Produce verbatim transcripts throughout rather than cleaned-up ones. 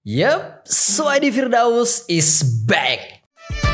Yup, Suhaidi Firdaus is back.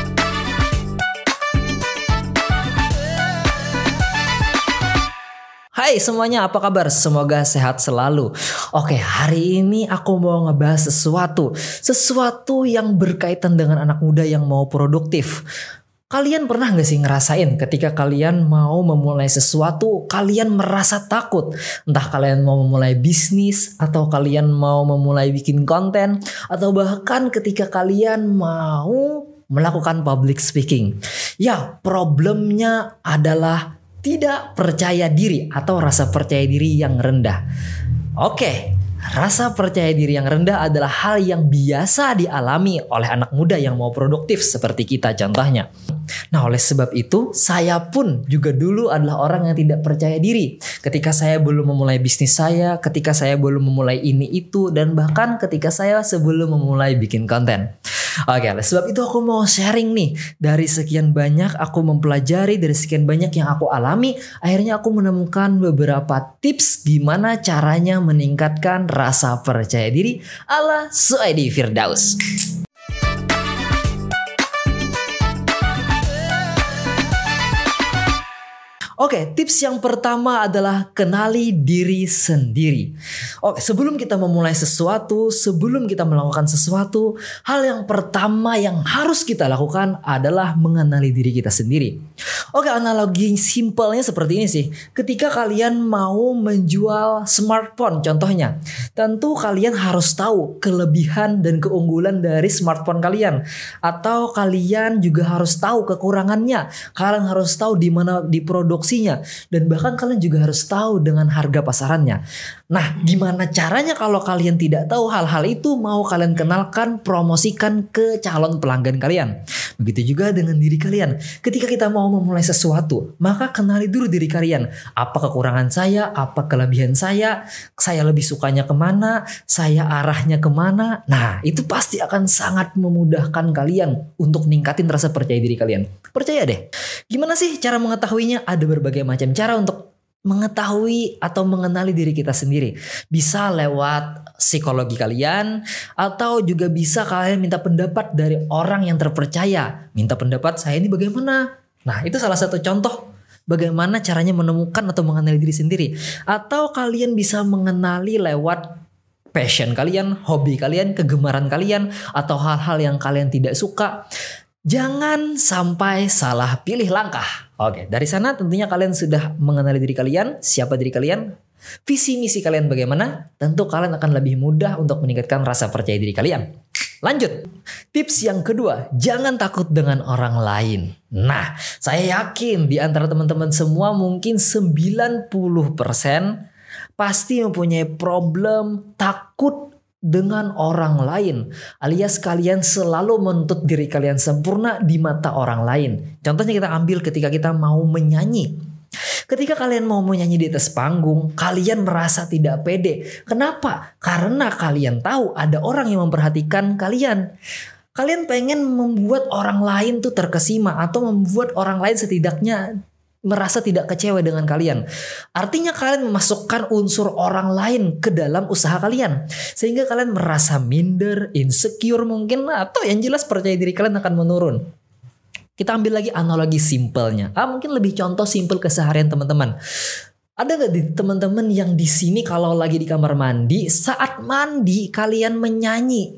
Hai semuanya, apa kabar? Semoga sehat selalu. Oke, hari ini aku mau ngebahas sesuatu Sesuatu yang berkaitan dengan anak muda yang mau produktif. Kalian pernah gak sih ngerasain ketika kalian mau memulai sesuatu, kalian merasa takut? Entah kalian mau memulai bisnis, atau kalian mau memulai bikin konten, atau bahkan ketika kalian mau melakukan public speaking. Ya, problemnya adalah tidak percaya diri atau rasa percaya diri yang rendah. Oke, rasa percaya diri yang rendah adalah hal yang biasa dialami oleh anak muda yang mau produktif seperti kita contohnya. Nah, oleh sebab itu saya pun juga dulu adalah orang yang tidak percaya diri. Ketika saya belum memulai bisnis saya, ketika saya belum memulai ini itu, dan bahkan ketika saya sebelum memulai bikin konten. Oke, oleh sebab itu aku mau sharing nih. Dari sekian banyak aku mempelajari, dari sekian banyak yang aku alami, akhirnya aku menemukan beberapa tips gimana caranya meningkatkan rasa percaya diri ala Suhaidi Firdaus. Oke, tips yang pertama adalah kenali diri sendiri. Oke, sebelum kita memulai sesuatu, sebelum kita melakukan sesuatu, hal yang pertama yang harus kita lakukan adalah mengenali diri kita sendiri. Oke, analogi simpelnya seperti ini sih. Ketika kalian mau menjual smartphone contohnya, tentu kalian harus tahu kelebihan dan keunggulan dari smartphone kalian. Atau kalian juga harus tahu kekurangannya. Kalian harus tahu di mana diproduksi, dan bahkan kalian juga harus tahu dengan harga pasarannya. Nah, gimana caranya kalau kalian tidak tahu hal-hal itu, mau kalian kenalkan, promosikan ke calon pelanggan kalian. Begitu juga dengan diri kalian. Ketika kita mau memulai sesuatu, maka kenali dulu diri kalian. Apa kekurangan saya, apa kelebihan saya, saya lebih sukanya kemana, saya arahnya kemana. Nah, itu pasti akan sangat memudahkan kalian untuk ningkatin rasa percaya diri kalian. Percaya deh. Gimana sih cara mengetahuinya? Ada berbagai macam cara untuk mengetahui atau mengenali diri kita sendiri. Bisa lewat psikologi kalian, atau juga bisa kalian minta pendapat dari orang yang terpercaya. Minta pendapat, saya ini bagaimana? Nah, itu salah satu contoh bagaimana caranya menemukan atau mengenali diri sendiri. Atau kalian bisa mengenali lewat passion kalian, hobi kalian, kegemaran kalian, atau hal-hal yang kalian tidak suka. Jangan sampai salah pilih langkah. Oke, dari sana tentunya kalian sudah mengenali diri kalian, siapa diri kalian, visi misi kalian bagaimana. Tentu kalian akan lebih mudah untuk meningkatkan rasa percaya diri kalian. Lanjut, tips yang kedua, jangan takut dengan orang lain. Nah, saya yakin di antara teman-teman semua mungkin sembilan puluh persen pasti mempunyai problem takut dengan orang lain, alias kalian selalu menuntut diri kalian sempurna di mata orang lain. Contohnya kita ambil ketika kita mau menyanyi. Ketika kalian mau menyanyi di atas panggung, kalian merasa tidak pede. Kenapa? Karena kalian tahu ada orang yang memperhatikan kalian. Kalian pengen membuat orang lain tuh terkesima, atau membuat orang lain setidaknya merasa tidak kecewa dengan kalian. Artinya kalian memasukkan unsur orang lain ke dalam usaha kalian, sehingga kalian merasa minder, insecure mungkin, atau yang jelas percaya diri kalian akan menurun. Kita ambil lagi analogi simpelnya. Ah, mungkin lebih contoh simpel keseharian teman-teman. Ada gak di teman-teman yang di sini kalau lagi di kamar mandi, saat mandi kalian menyanyi?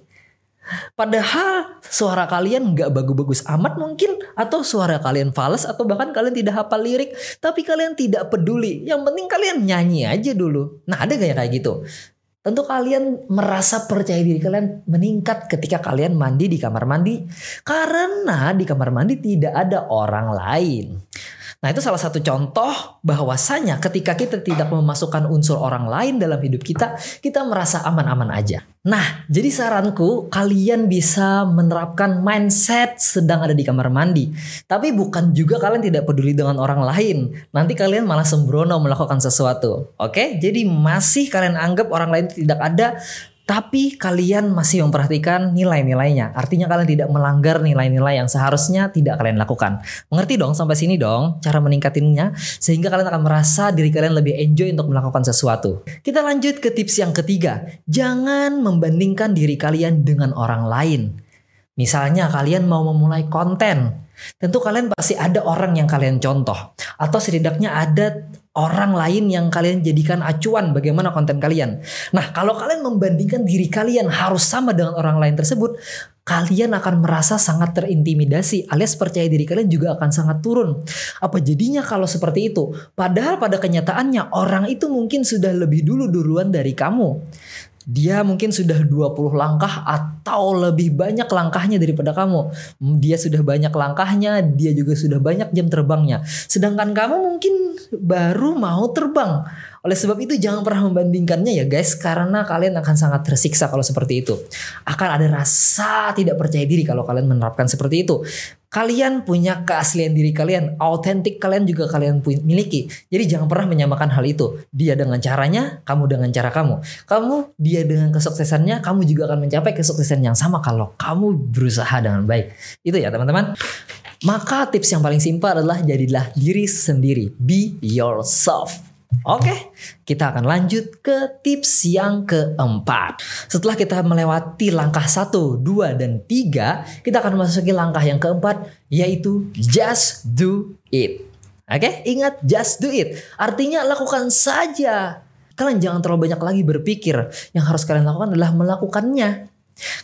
Padahal suara kalian gak bagus-bagus amat mungkin, atau suara kalian fals, atau bahkan kalian tidak hafal lirik, tapi kalian tidak peduli. Yang penting kalian nyanyi aja dulu. Nah, ada gak ya kayak gitu? Tentu kalian merasa percaya diri kalian meningkat ketika kalian mandi di kamar mandi, karena di kamar mandi tidak ada orang lain. Nah, itu salah satu contoh bahwasanya ketika kita tidak memasukkan unsur orang lain dalam hidup kita, kita merasa aman-aman aja. Nah, jadi saranku kalian bisa menerapkan mindset sedang ada di kamar mandi. Tapi bukan juga kalian tidak peduli dengan orang lain. Nanti kalian malah sembrono melakukan sesuatu. Oke, jadi masih kalian anggap orang lain tidak ada. tapi kalian masih memperhatikan nilai-nilainya. Artinya kalian tidak melanggar nilai-nilai yang seharusnya tidak kalian lakukan. Mengerti dong sampai sini dong cara meningkatinnya, sehingga kalian akan merasa diri kalian lebih enjoy untuk melakukan sesuatu. Kita lanjut ke tips yang ketiga. Jangan membandingkan diri kalian dengan orang lain. Misalnya kalian mau memulai konten, tentu kalian pasti ada orang yang kalian contoh, atau setidaknya ada orang lain yang kalian jadikan acuan bagaimana konten kalian. Nah, kalau kalian membandingkan diri kalian harus sama dengan orang lain tersebut, kalian akan merasa sangat terintimidasi, alias percaya diri kalian juga akan sangat turun. Apa jadinya kalau seperti itu? Padahal pada kenyataannya orang itu mungkin sudah lebih dulu duluan dari kamu. Dia mungkin sudah dua puluh langkah atau lebih banyak langkahnya daripada kamu. Dia sudah banyak langkahnya, dia juga sudah banyak jam terbangnya. Sedangkan kamu mungkin baru mau terbang. Oleh sebab itu jangan pernah membandingkannya ya guys, karena kalian akan sangat tersiksa kalau seperti itu. Akan ada rasa tidak percaya diri kalau kalian menerapkan seperti itu. Kalian punya keaslian diri kalian, autentik kalian juga kalian miliki. Jadi jangan pernah menyamakan hal itu. Dia dengan caranya, kamu dengan cara kamu. Kamu, dia dengan kesuksesannya, kamu juga akan mencapai kesuksesan yang sama kalau kamu berusaha dengan baik. Itu ya teman-teman. Maka tips yang paling simpel adalah jadilah diri sendiri. Be yourself. Oke, kita akan lanjut ke tips yang keempat. Setelah kita melewati langkah satu, dua, dan tiga, kita akan memasuki langkah yang keempat, yaitu just do it. Oke, ingat just do it. Artinya lakukan saja. Kalian jangan terlalu banyak lagi berpikir. Yang harus kalian lakukan adalah melakukannya.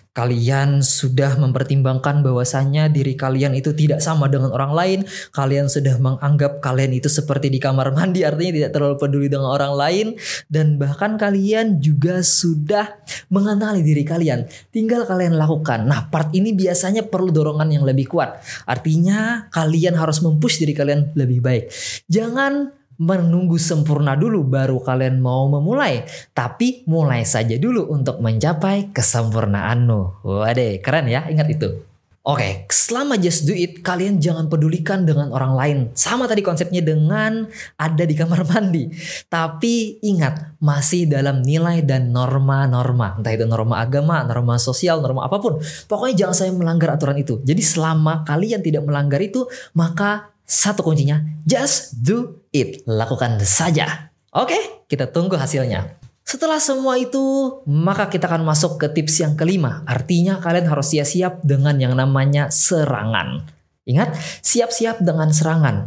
Kalian sudah mempertimbangkan bahwasannya diri kalian itu tidak sama dengan orang lain. Kalian sudah menganggap kalian itu seperti di kamar mandi, artinya tidak terlalu peduli dengan orang lain. Dan bahkan kalian juga sudah mengenali diri kalian. Tinggal kalian lakukan. Nah, part ini biasanya perlu dorongan yang lebih kuat. Artinya kalian harus mempush diri kalian lebih baik. Jangan menunggu sempurna dulu baru kalian mau memulai. Tapi mulai saja dulu untuk mencapai kesempurnaanmu. Waduh, keren ya, ingat itu. Oke, selama just do it, kalian jangan pedulikan dengan orang lain. Sama tadi konsepnya dengan ada di kamar mandi. Tapi ingat, masih dalam nilai dan norma-norma. Entah itu norma agama, norma sosial, norma apapun. Pokoknya jangan sampai melanggar aturan itu. Jadi selama kalian tidak melanggar itu, maka satu kuncinya, just do it. Lakukan saja. Oke, kita tunggu hasilnya. Setelah semua itu, maka kita akan masuk ke tips yang kelima. Artinya kalian harus siap-siap dengan yang namanya serangan. Ingat, siap-siap dengan serangan.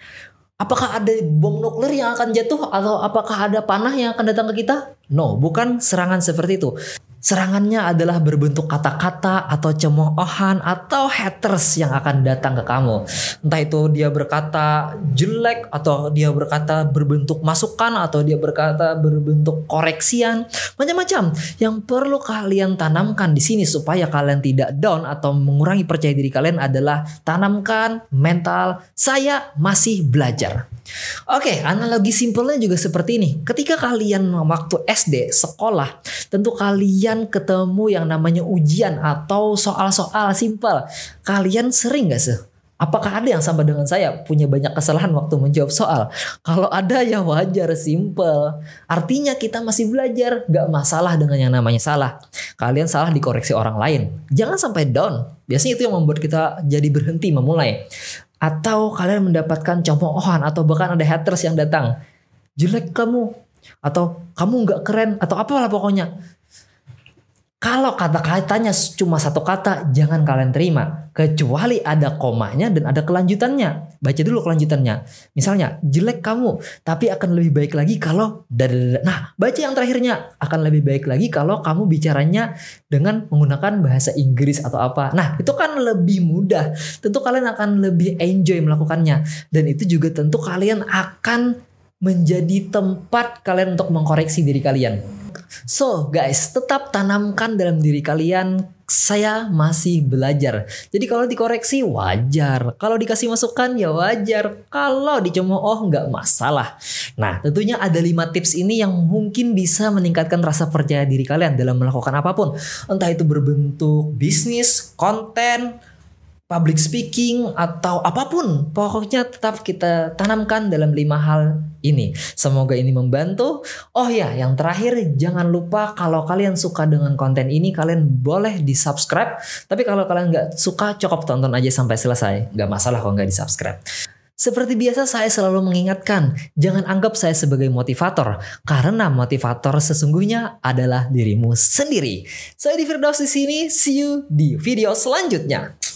Apakah ada bom nuklir yang akan jatuh? Atau apakah ada panah yang akan datang ke kita? No, bukan serangan seperti itu. Serangannya adalah berbentuk kata-kata atau cemoohan atau haters yang akan datang ke kamu. Entah itu dia berkata jelek atau dia berkata berbentuk masukan atau dia berkata berbentuk koreksian, macam-macam. Yang perlu kalian tanamkan di sini supaya kalian tidak down atau mengurangi percaya diri kalian adalah tanamkan mental saya masih belajar. Oke, analogi simpelnya juga seperti ini. Ketika kalian waktu S D sekolah, tentu kalian ketemu yang namanya ujian atau soal-soal simpel. Kalian sering gak sih? Apakah ada yang sama dengan saya punya banyak kesalahan waktu menjawab soal? Kalau ada ya wajar, simpel. Artinya kita masih belajar, gak masalah dengan yang namanya salah. Kalian salah dikoreksi orang lain. Jangan sampai down. Biasanya itu yang membuat kita jadi berhenti memulai. Atau kalian mendapatkan cemoohan atau bahkan ada haters yang datang. Jelek kamu. Atau kamu gak keren. Atau apalah pokoknya. Kalau kata-katanya cuma satu kata, jangan kalian terima. Kecuali ada komanya dan ada kelanjutannya. Baca dulu kelanjutannya. Misalnya, jelek kamu, tapi akan lebih baik lagi kalau... Nah, baca yang terakhirnya. Akan lebih baik lagi kalau kamu bicaranya dengan menggunakan bahasa Inggris atau apa. Nah, itu kan lebih mudah. Tentu kalian akan lebih enjoy melakukannya. Dan itu juga tentu kalian akan menjadi tempat kalian untuk mengkoreksi diri kalian. So guys, tetap tanamkan dalam diri kalian, saya masih belajar. Jadi kalau dikoreksi wajar, kalau dikasih masukan ya wajar, kalau dicemooh nggak masalah. Nah, tentunya ada lima tips ini yang mungkin bisa meningkatkan rasa percaya diri kalian dalam melakukan apapun. Entah itu berbentuk bisnis, konten, public speaking, atau apapun. Pokoknya tetap kita tanamkan dalam lima hal ini. Semoga ini membantu. Oh ya, yang terakhir jangan lupa kalau kalian suka dengan konten ini, kalian boleh di subscribe. Tapi kalau kalian nggak suka, cukup tonton aja sampai selesai. Nggak masalah kalau nggak di subscribe. Seperti biasa saya selalu mengingatkan, jangan anggap saya sebagai motivator. Karena motivator sesungguhnya adalah dirimu sendiri. Saya di Firdaus di sini, see you di video selanjutnya.